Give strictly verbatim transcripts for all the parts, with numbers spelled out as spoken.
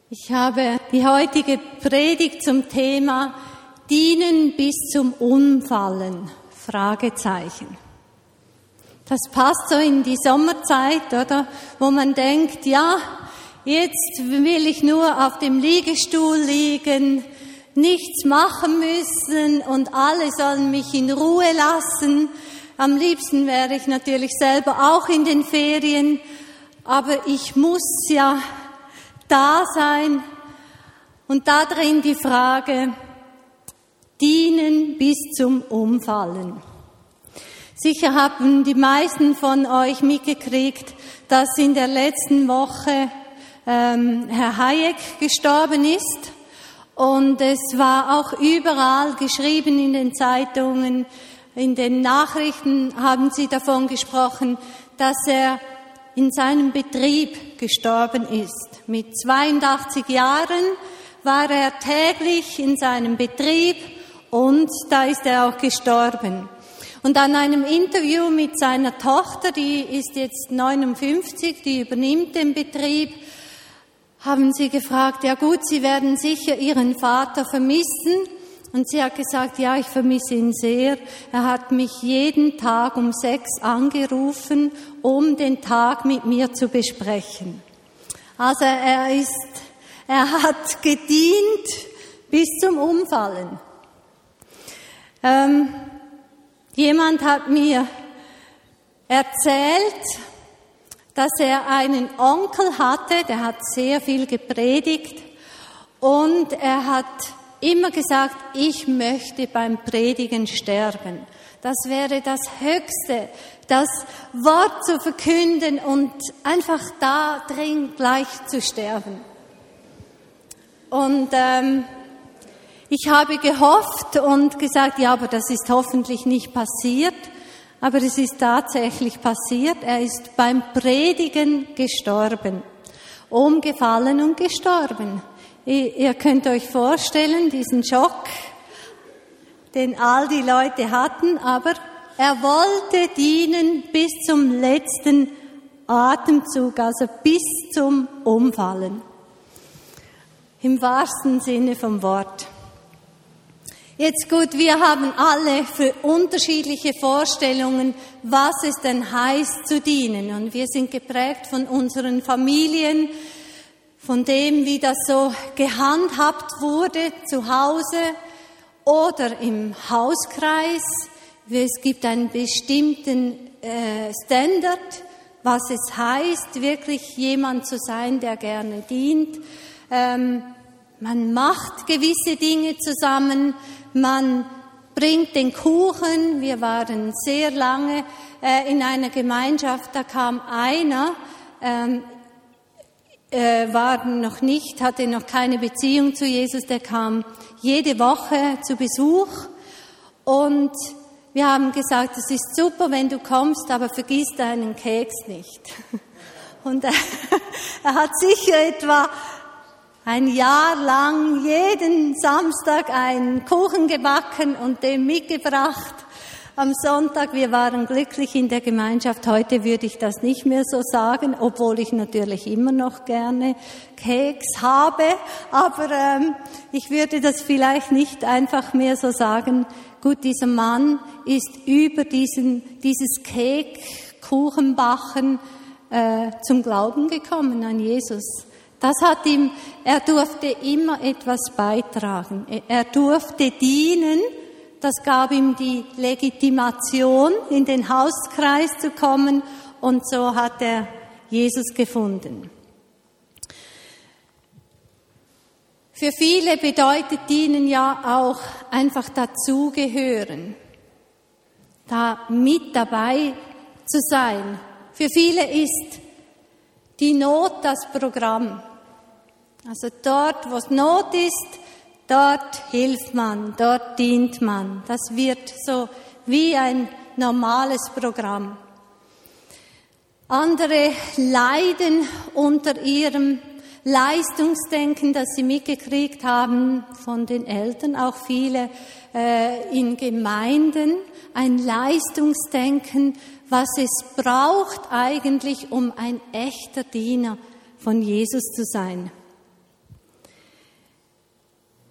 Ich habe die heutige Predigt zum Thema Dienen bis zum Umfallen, Fragezeichen. Das passt so in die Sommerzeit, oder? Wo man denkt, ja, jetzt will ich nur auf dem Liegestuhl liegen, nichts machen müssen und alle sollen mich in Ruhe lassen. Am liebsten wäre ich natürlich selber auch in den Ferien, aber ich muss ja da sein. Und da drin die Frage, dienen bis zum Umfallen. Sicher haben die meisten von euch mitgekriegt, dass in der letzten Woche ähm, Herr Hayek gestorben ist. Und es war auch überall geschrieben in den Zeitungen, in den Nachrichten haben sie davon gesprochen, dass er in seinem Betrieb gestorben ist. Mit zweiundachtzig Jahren war er täglich in seinem Betrieb und da ist er auch gestorben. Und an einem Interview mit seiner Tochter, die ist jetzt neunundfünfzig, die übernimmt den Betrieb, haben sie gefragt, ja gut, Sie werden sicher Ihren Vater vermissen. Und sie hat gesagt, ja, ich vermisse ihn sehr. Er hat mich jeden Tag um sechs angerufen, um den Tag mit mir zu besprechen. Also er ist, er hat gedient bis zum Umfallen. Ähm, jemand hat mir erzählt, dass er einen Onkel hatte, der hat sehr viel gepredigt und er hat immer gesagt, ich möchte beim Predigen sterben. Das wäre das Höchste, das Wort zu verkünden und einfach da drin gleich zu sterben. Und ähm, ich habe gehofft und gesagt, ja, aber das ist hoffentlich nicht passiert. Aber es ist tatsächlich passiert. Er ist beim Predigen gestorben, umgefallen und gestorben. Ihr könnt euch vorstellen, diesen Schock, den all die Leute hatten, aber er wollte dienen bis zum letzten Atemzug, also bis zum Umfallen. Im wahrsten Sinne vom Wort. Jetzt gut, wir haben alle für unterschiedliche Vorstellungen, was es denn heißt zu dienen. Und wir sind geprägt von unseren Familien, von dem, wie das so gehandhabt wurde zu Hause oder im Hauskreis. Es gibt einen bestimmten äh, Standard, was es heißt, wirklich jemand zu sein, der gerne dient. Ähm, man macht gewisse Dinge zusammen, man bringt den Kuchen. Wir waren sehr lange äh, in einer Gemeinschaft, da kam einer, ähm, Äh, war noch nicht, hatte noch keine Beziehung zu Jesus, der kam jede Woche zu Besuch und wir haben gesagt, es ist super, wenn du kommst, aber vergiss deinen Keks nicht. Und er, er hat sicher etwa ein Jahr lang jeden Samstag einen Kuchen gebacken und den mitgebracht. Am Sonntag, wir waren glücklich in der Gemeinschaft. Heute würde ich das nicht mehr so sagen, obwohl ich natürlich immer noch gerne Keks habe. Aber ähm, ich würde das vielleicht nicht einfach mehr so sagen. Gut, dieser Mann ist über diesen dieses Kekkuchenbacken äh, zum Glauben gekommen an Jesus. Das hat ihm, er durfte immer etwas beitragen. Er durfte dienen. Das gab ihm die Legitimation, in den Hauskreis zu kommen, und so hat er Jesus gefunden. Für viele bedeutet dienen ja auch einfach dazugehören, da mit dabei zu sein. Für viele ist die Not das Programm. Also dort, wo es Not ist, dort hilft man, dort dient man. Das wird so wie ein normales Programm. Andere leiden unter ihrem Leistungsdenken, das sie mitgekriegt haben von den Eltern, auch viele äh, in Gemeinden. Ein Leistungsdenken, was es braucht eigentlich, um ein echter Diener von Jesus zu sein.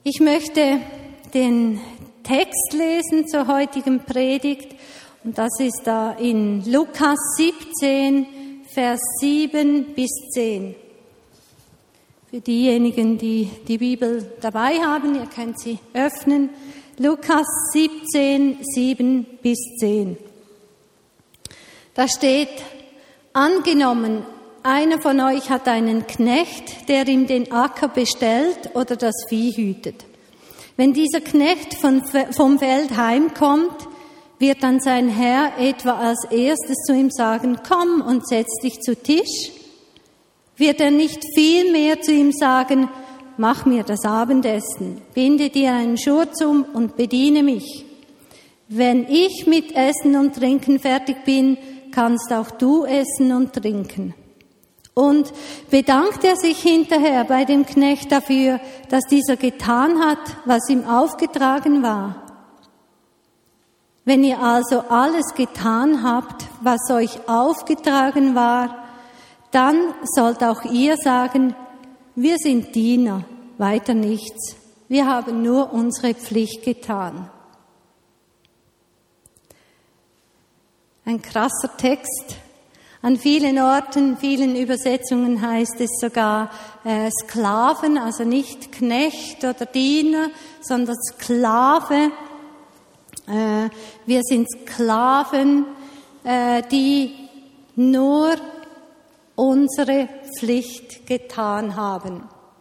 Ich möchte den Text lesen zur heutigen Predigt und das ist da in Lukas siebzehn, Vers sieben bis zehn. Für diejenigen, die die Bibel dabei haben, ihr könnt sie öffnen. Lukas siebzehn, sieben bis zehn. Da steht: Angenommen, einer von euch hat einen Knecht, der ihm den Acker bestellt oder das Vieh hütet. Wenn dieser Knecht von, vom Feld heimkommt, wird dann sein Herr etwa als erstes zu ihm sagen: Komm und setz dich zu Tisch? Wird er nicht vielmehr zu ihm sagen: Mach mir das Abendessen, binde dir einen Schurz um und bediene mich. Wenn ich mit Essen und Trinken fertig bin, kannst auch du essen und trinken. Und bedankt er sich hinterher bei dem Knecht dafür, dass dieser getan hat, was ihm aufgetragen war. Wenn ihr also alles getan habt, was euch aufgetragen war, dann sollt auch ihr sagen: Wir sind Diener, weiter nichts. Wir haben nur unsere Pflicht getan. Ein krasser Text. An vielen Orten, vielen Übersetzungen heißt es sogar äh, Sklaven, also nicht Knecht oder Diener, sondern Sklave. Äh, wir sind Sklaven, äh, die nur unsere Pflicht getan haben.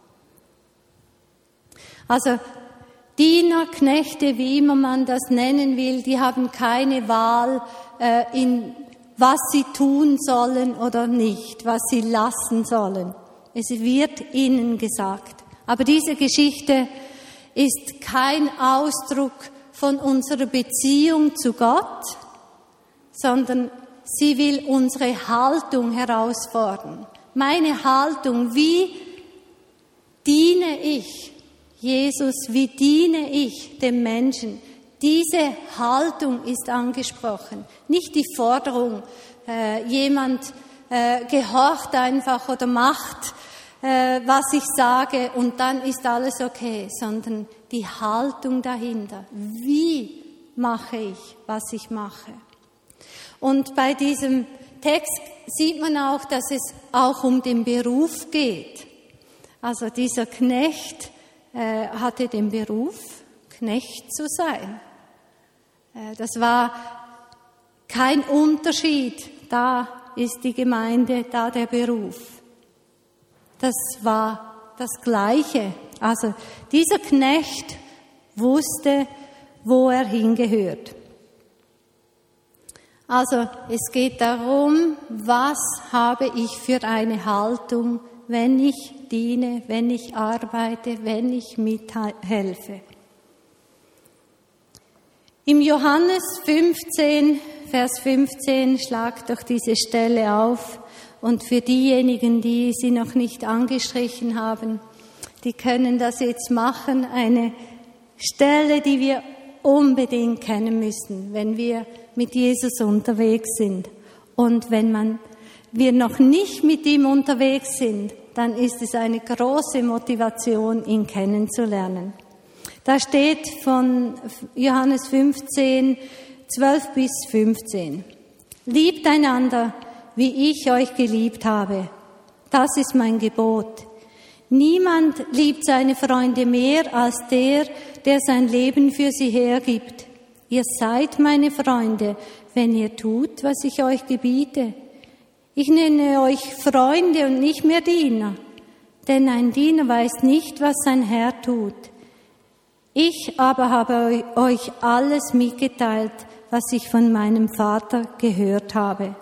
Also Diener, Knechte, wie immer man das nennen will, die haben keine Wahl, äh, in was sie tun sollen oder nicht, was sie lassen sollen. Es wird ihnen gesagt. Aber diese Geschichte ist kein Ausdruck von unserer Beziehung zu Gott, sondern sie will unsere Haltung herausfordern. Meine Haltung, wie diene ich Jesus, wie diene ich dem Menschen? Diese Haltung ist angesprochen, nicht die Forderung, äh, jemand äh, gehorcht einfach oder macht, äh, was ich sage und dann ist alles okay, sondern die Haltung dahinter. Wie mache ich, was ich mache? Und bei diesem Text sieht man auch, dass es auch um den Beruf geht. Also dieser Knecht äh, hatte den Beruf, Knecht zu sein. Das war kein Unterschied. Da ist die Gemeinde, da der Beruf. Das war das Gleiche. Also dieser Knecht wusste, wo er hingehört. Also es geht darum, was habe ich für eine Haltung, wenn ich diene, wenn ich arbeite, wenn ich mithelfe. Im Johannes fünfzehn, Vers fünfzehn, schlagt doch diese Stelle auf. Und für diejenigen, die sie noch nicht angestrichen haben, die können das jetzt machen. Eine Stelle, die wir unbedingt kennen müssen, wenn wir mit Jesus unterwegs sind. Und wenn man, wir noch nicht mit ihm unterwegs sind, dann ist es eine große Motivation, ihn kennenzulernen. Da steht von Johannes fünfzehn, zwölf bis fünfzehn. Liebt einander, wie ich euch geliebt habe. Das ist mein Gebot. Niemand liebt seine Freunde mehr als der, der sein Leben für sie hergibt. Ihr seid meine Freunde, wenn ihr tut, was ich euch gebiete. Ich nenne euch Freunde und nicht mehr Diener, denn ein Diener weiß nicht, was sein Herr tut. Ich aber habe euch alles mitgeteilt, was ich von meinem Vater gehört habe.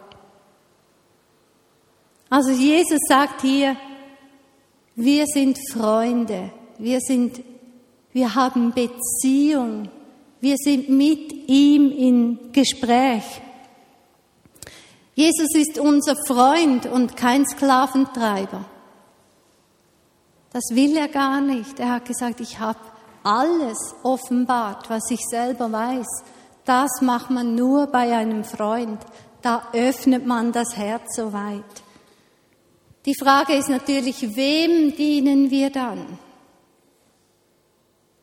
Also Jesus sagt hier, wir sind Freunde, wir sind, wir haben Beziehung, wir sind mit ihm in Gespräch. Jesus ist unser Freund und kein Sklaventreiber. Das will er gar nicht. Er hat gesagt, ich habe alles offenbart, was ich selber weiß. Das macht man nur bei einem Freund. Da öffnet man das Herz so weit. Die Frage ist natürlich, wem dienen wir dann?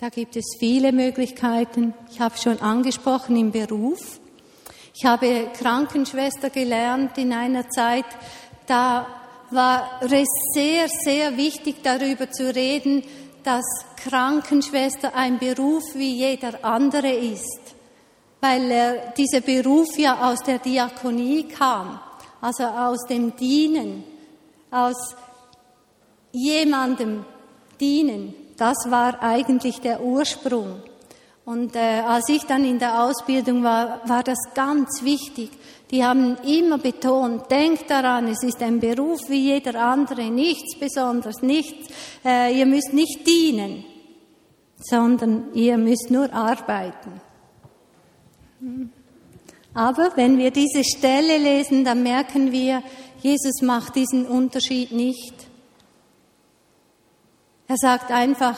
Da gibt es viele Möglichkeiten. Ich habe schon angesprochen im Beruf. Ich habe Krankenschwester gelernt in einer Zeit, da war es sehr, sehr wichtig, darüber zu reden, dass Krankenschwester ein Beruf wie jeder andere ist, weil er, dieser Beruf ja aus der Diakonie kam, also aus dem Dienen, aus jemandem dienen. Das war eigentlich der Ursprung. Und äh, als ich dann in der Ausbildung war, war das ganz wichtig. Die haben immer betont, denkt daran, es ist ein Beruf wie jeder andere, nichts Besonderes, nichts, äh, ihr müsst nicht dienen, sondern ihr müsst nur arbeiten. Aber wenn wir diese Stelle lesen, dann merken wir, Jesus macht diesen Unterschied nicht. Er sagt einfach,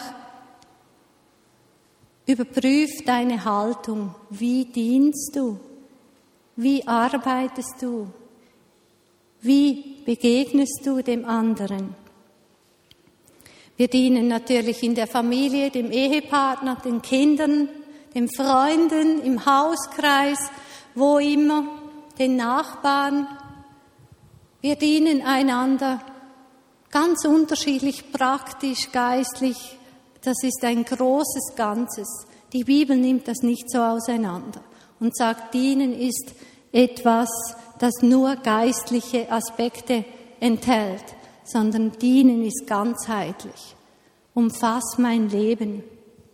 überprüf deine Haltung. Wie dienst du? Wie arbeitest du? Wie begegnest du dem anderen? Wir dienen natürlich in der Familie, dem Ehepartner, den Kindern, den Freunden, im Hauskreis, wo immer, den Nachbarn. Wir dienen einander ganz unterschiedlich, praktisch, geistlich. Das ist ein großes Ganzes. Die Bibel nimmt das nicht so auseinander und sagt, Dienen ist etwas, das nur geistliche Aspekte enthält, sondern Dienen ist ganzheitlich, umfasst mein Leben.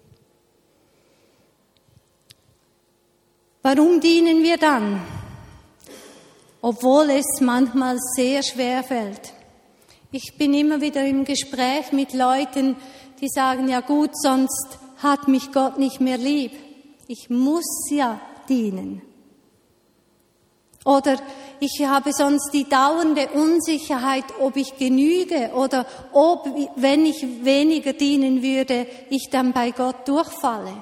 Warum dienen wir dann? Obwohl es manchmal sehr schwer fällt. Ich bin immer wieder im Gespräch mit Leuten, die sagen, ja gut, sonst hat mich Gott nicht mehr lieb. Ich muss ja dienen. Oder ich habe sonst die dauernde Unsicherheit, ob ich genüge oder ob, wenn ich weniger dienen würde, ich dann bei Gott durchfalle.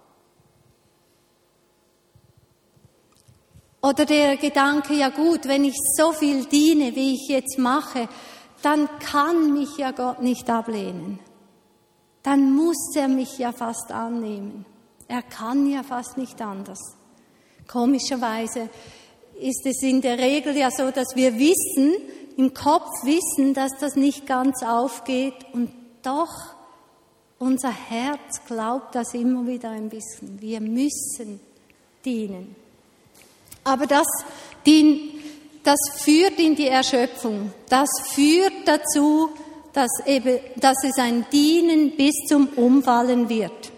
Oder der Gedanke, ja gut, wenn ich so viel diene, wie ich jetzt mache, dann kann mich ja Gott nicht ablehnen. Dann muss er mich ja fast annehmen. Er kann ja fast nicht anders. Komischerweise ist es in der Regel ja so, dass wir wissen, im Kopf wissen, dass das nicht ganz aufgeht und doch unser Herz glaubt das immer wieder ein bisschen. Wir müssen dienen. Aber das, das führt in die Erschöpfung. Das führt dazu, dass, eben, dass es ein Dienen bis zum Umfallen wird.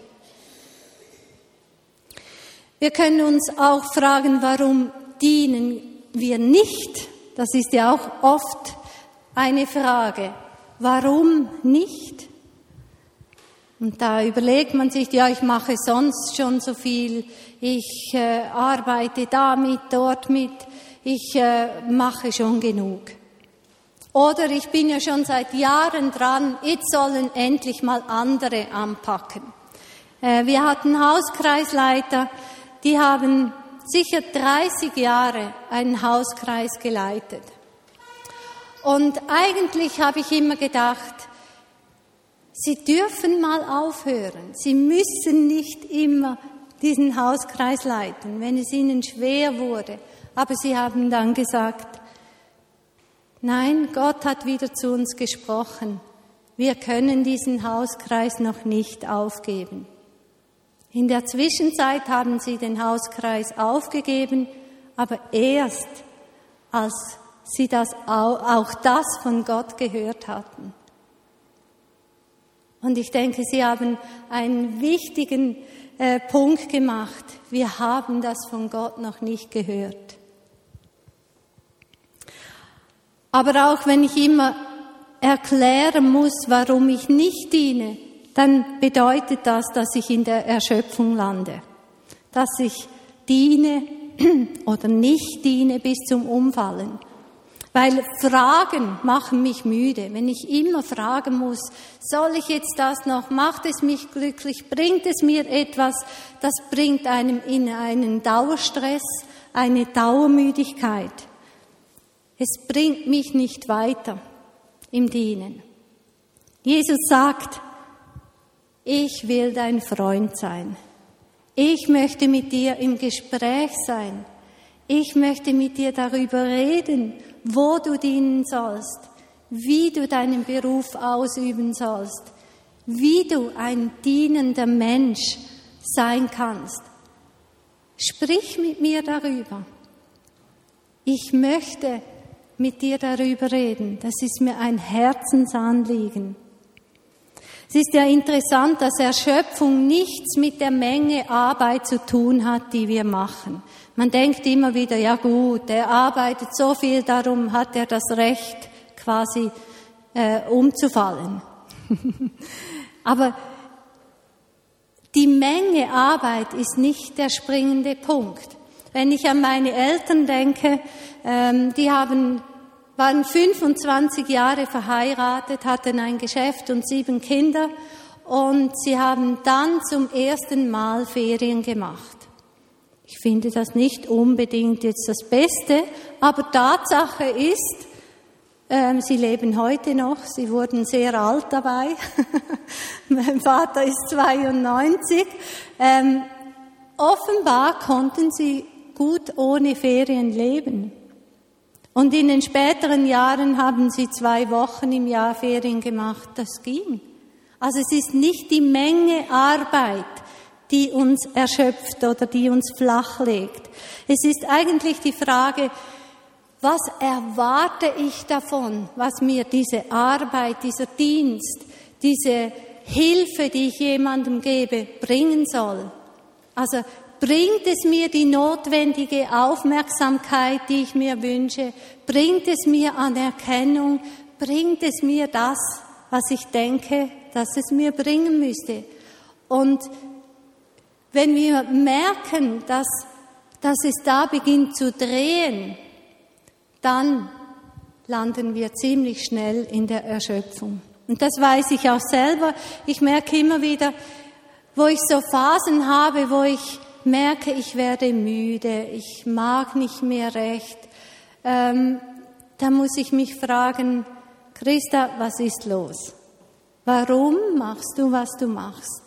Wir können uns auch fragen, warum dienen wir nicht? Das ist ja auch oft eine Frage. Warum nicht? Und da überlegt man sich, ja, ich mache sonst schon so viel, ich äh, arbeite damit, dort mit, ich äh, mache schon genug. Oder ich bin ja schon seit Jahren dran, jetzt sollen endlich mal andere anpacken. Äh, wir hatten Hauskreisleiter, die haben sicher dreißig Jahre einen Hauskreis geleitet. Und eigentlich habe ich immer gedacht, sie dürfen mal aufhören. Sie müssen nicht immer diesen Hauskreis leiten, wenn es ihnen schwer wurde. Aber sie haben dann gesagt, nein, Gott hat wieder zu uns gesprochen. Wir können diesen Hauskreis noch nicht aufgeben. In der Zwischenzeit haben sie den Hauskreis aufgegeben, aber erst, als sie das, auch das von Gott gehört hatten. Und ich denke, sie haben einen wichtigen äh, Punkt gemacht. Wir haben das von Gott noch nicht gehört. Aber auch wenn ich immer erklären muss, warum ich nicht diene, dann bedeutet das, dass ich in der Erschöpfung lande. Dass ich diene oder nicht diene bis zum Umfallen. Weil Fragen machen mich müde. Wenn ich immer fragen muss, soll ich jetzt das noch, macht es mich glücklich, bringt es mir etwas, das bringt einem in einen Dauerstress, eine Dauermüdigkeit. Es bringt mich nicht weiter im Dienen. Jesus sagt, ich will dein Freund sein. Ich möchte mit dir im Gespräch sein. Ich möchte mit dir darüber reden, wo du dienen sollst, wie du deinen Beruf ausüben sollst, wie du ein dienender Mensch sein kannst. Sprich mit mir darüber. Ich möchte mit dir darüber reden. Das ist mir ein Herzensanliegen. Es ist ja interessant, dass Erschöpfung nichts mit der Menge Arbeit zu tun hat, die wir machen. Man denkt immer wieder, ja gut, er arbeitet so viel, darum hat er das Recht, quasi äh, umzufallen. Aber die Menge Arbeit ist nicht der springende Punkt. Wenn ich an meine Eltern denke, ähm, die haben, waren fünfundzwanzig Jahre verheiratet, hatten ein Geschäft und sieben Kinder und sie haben dann zum ersten Mal Ferien gemacht. Ich finde das nicht unbedingt jetzt das Beste, aber Tatsache ist, ähm, sie leben heute noch, sie wurden sehr alt dabei. Mein Vater ist zweiundneunzig. Ähm, offenbar konnten sie gut ohne Ferien leben. Und in den späteren Jahren haben sie zwei Wochen im Jahr Ferien gemacht. Das ging. Also es ist nicht die Menge Arbeit, die uns erschöpft oder die uns flachlegt. Es ist eigentlich die Frage, was erwarte ich davon, was mir diese Arbeit, dieser Dienst, diese Hilfe, die ich jemandem gebe, bringen soll. Also bringt es mir die notwendige Aufmerksamkeit, die ich mir wünsche? Bringt es mir Anerkennung? Bringt es mir das, was ich denke, dass es mir bringen müsste? Und wenn wir merken, dass, dass es da beginnt zu drehen, dann landen wir ziemlich schnell in der Erschöpfung. Und das weiß ich auch selber. Ich merke immer wieder, wo ich so Phasen habe, wo ich merke, ich werde müde, ich mag nicht mehr recht, ähm, da muss ich mich fragen, Christa, was ist los? Warum machst du, was du machst?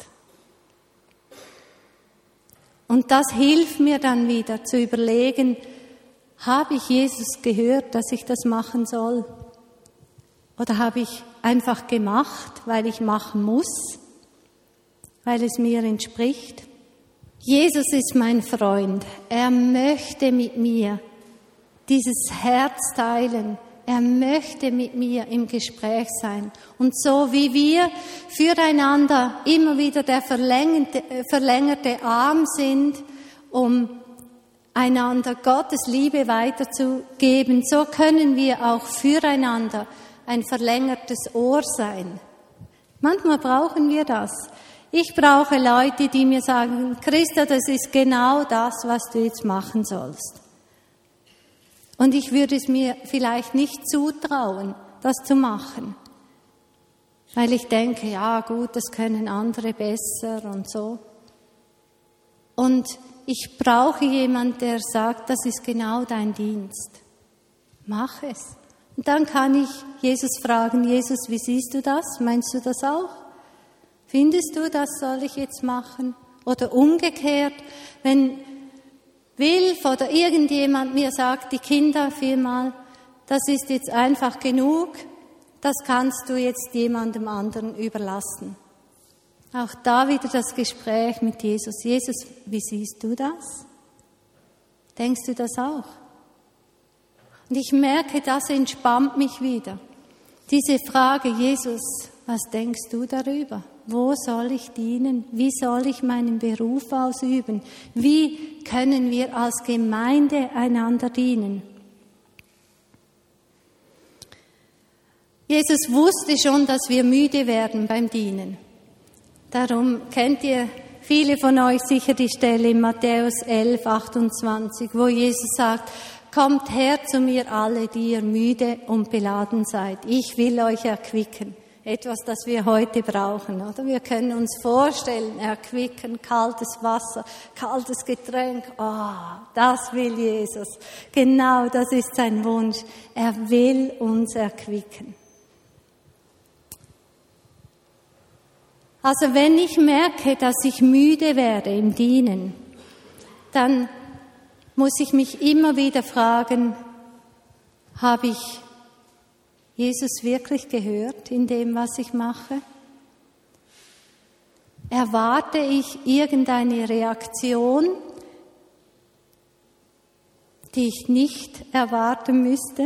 Und das hilft mir dann wieder zu überlegen, habe ich Jesus gehört, dass ich das machen soll? Oder habe ich einfach gemacht, weil ich machen muss, weil es mir entspricht? Jesus ist mein Freund. Er möchte mit mir dieses Herz teilen. Er möchte mit mir im Gespräch sein. Und so wie wir füreinander immer wieder der verlängerte, verlängerte Arm sind, um einander Gottes Liebe weiterzugeben, so können wir auch füreinander ein verlängertes Ohr sein. Manchmal brauchen wir das. Ich brauche Leute, die mir sagen, Christa, das ist genau das, was du jetzt machen sollst. Und ich würde es mir vielleicht nicht zutrauen, das zu machen. Weil ich denke, ja gut, das können andere besser und so. Und ich brauche jemanden, der sagt, das ist genau dein Dienst. Mach es. Und dann kann ich Jesus fragen, Jesus, wie siehst du das? Meinst du das auch? Findest du, das soll ich jetzt machen? Oder umgekehrt, wenn Wilf oder irgendjemand mir sagt, die Kinder vielmal, das ist jetzt einfach genug, das kannst du jetzt jemandem anderen überlassen. Auch da wieder das Gespräch mit Jesus. Jesus, wie siehst du das? Denkst du das auch? Und ich merke, das entspannt mich wieder. Diese Frage, Jesus, was denkst du darüber? Wo soll ich dienen? Wie soll ich meinen Beruf ausüben? Wie können wir als Gemeinde einander dienen? Jesus wusste schon, dass wir müde werden beim Dienen. Darum kennt ihr viele von euch sicher die Stelle in Matthäus elf, achtundzwanzig, wo Jesus sagt, kommt her zu mir alle, die ihr müde und beladen seid. Ich will euch erquicken. Etwas, das wir heute brauchen, oder? Wir können uns vorstellen, erquicken, kaltes Wasser, kaltes Getränk. Oh, das will Jesus. Genau, das ist sein Wunsch. Er will uns erquicken. Also wenn ich merke, dass ich müde werde im Dienen, dann muss ich mich immer wieder fragen, habe ich Jesus wirklich gehört in dem, was ich mache? Erwarte ich irgendeine Reaktion, die ich nicht erwarten müsste?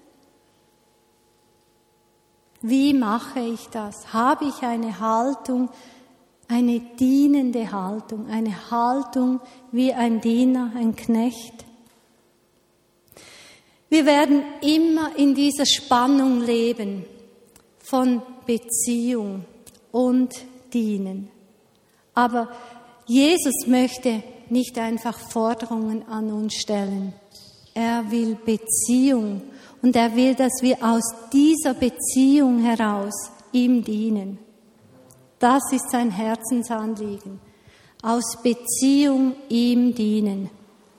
Wie mache ich das? Habe ich eine Haltung, eine dienende Haltung, eine Haltung wie ein Diener, ein Knecht? Wir werden immer in dieser Spannung leben von Beziehung und Dienen. Aber Jesus möchte nicht einfach Forderungen an uns stellen. Er will Beziehung und er will, dass wir aus dieser Beziehung heraus ihm dienen. Das ist sein Herzensanliegen. Aus Beziehung ihm dienen.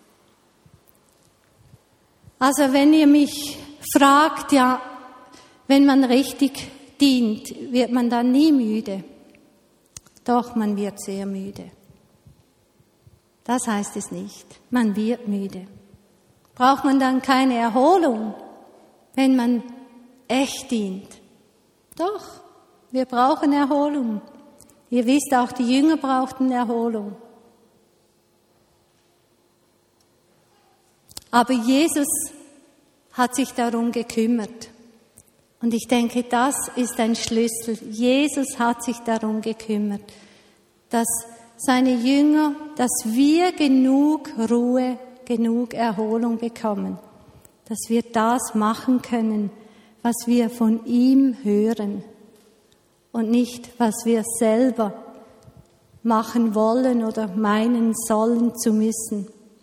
Also wenn ihr mich fragt, ja, wenn man richtig dient, wird man dann nie müde? Doch, man wird sehr müde. Das heißt es nicht. Man wird müde. Braucht man dann keine Erholung, wenn man echt dient? Doch, wir brauchen Erholung. Ihr wisst, auch die Jünger brauchten Erholung. Aber Jesus hat sich darum gekümmert. Und ich denke, das ist ein Schlüssel. Jesus hat sich darum gekümmert, dass seine Jünger, dass wir genug Ruhe, genug Erholung bekommen, dass wir das machen können, was wir von ihm hören und nicht, was wir selber machen wollen oder meinen sollen zu müssen.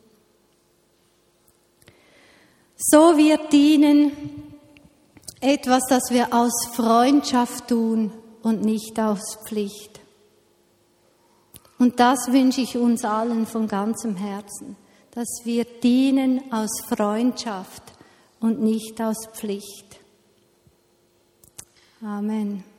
So wird dienen etwas, das wir aus Freundschaft tun und nicht aus Pflicht. Und das wünsche ich uns allen von ganzem Herzen, dass wir dienen aus Freundschaft und nicht aus Pflicht. Amen.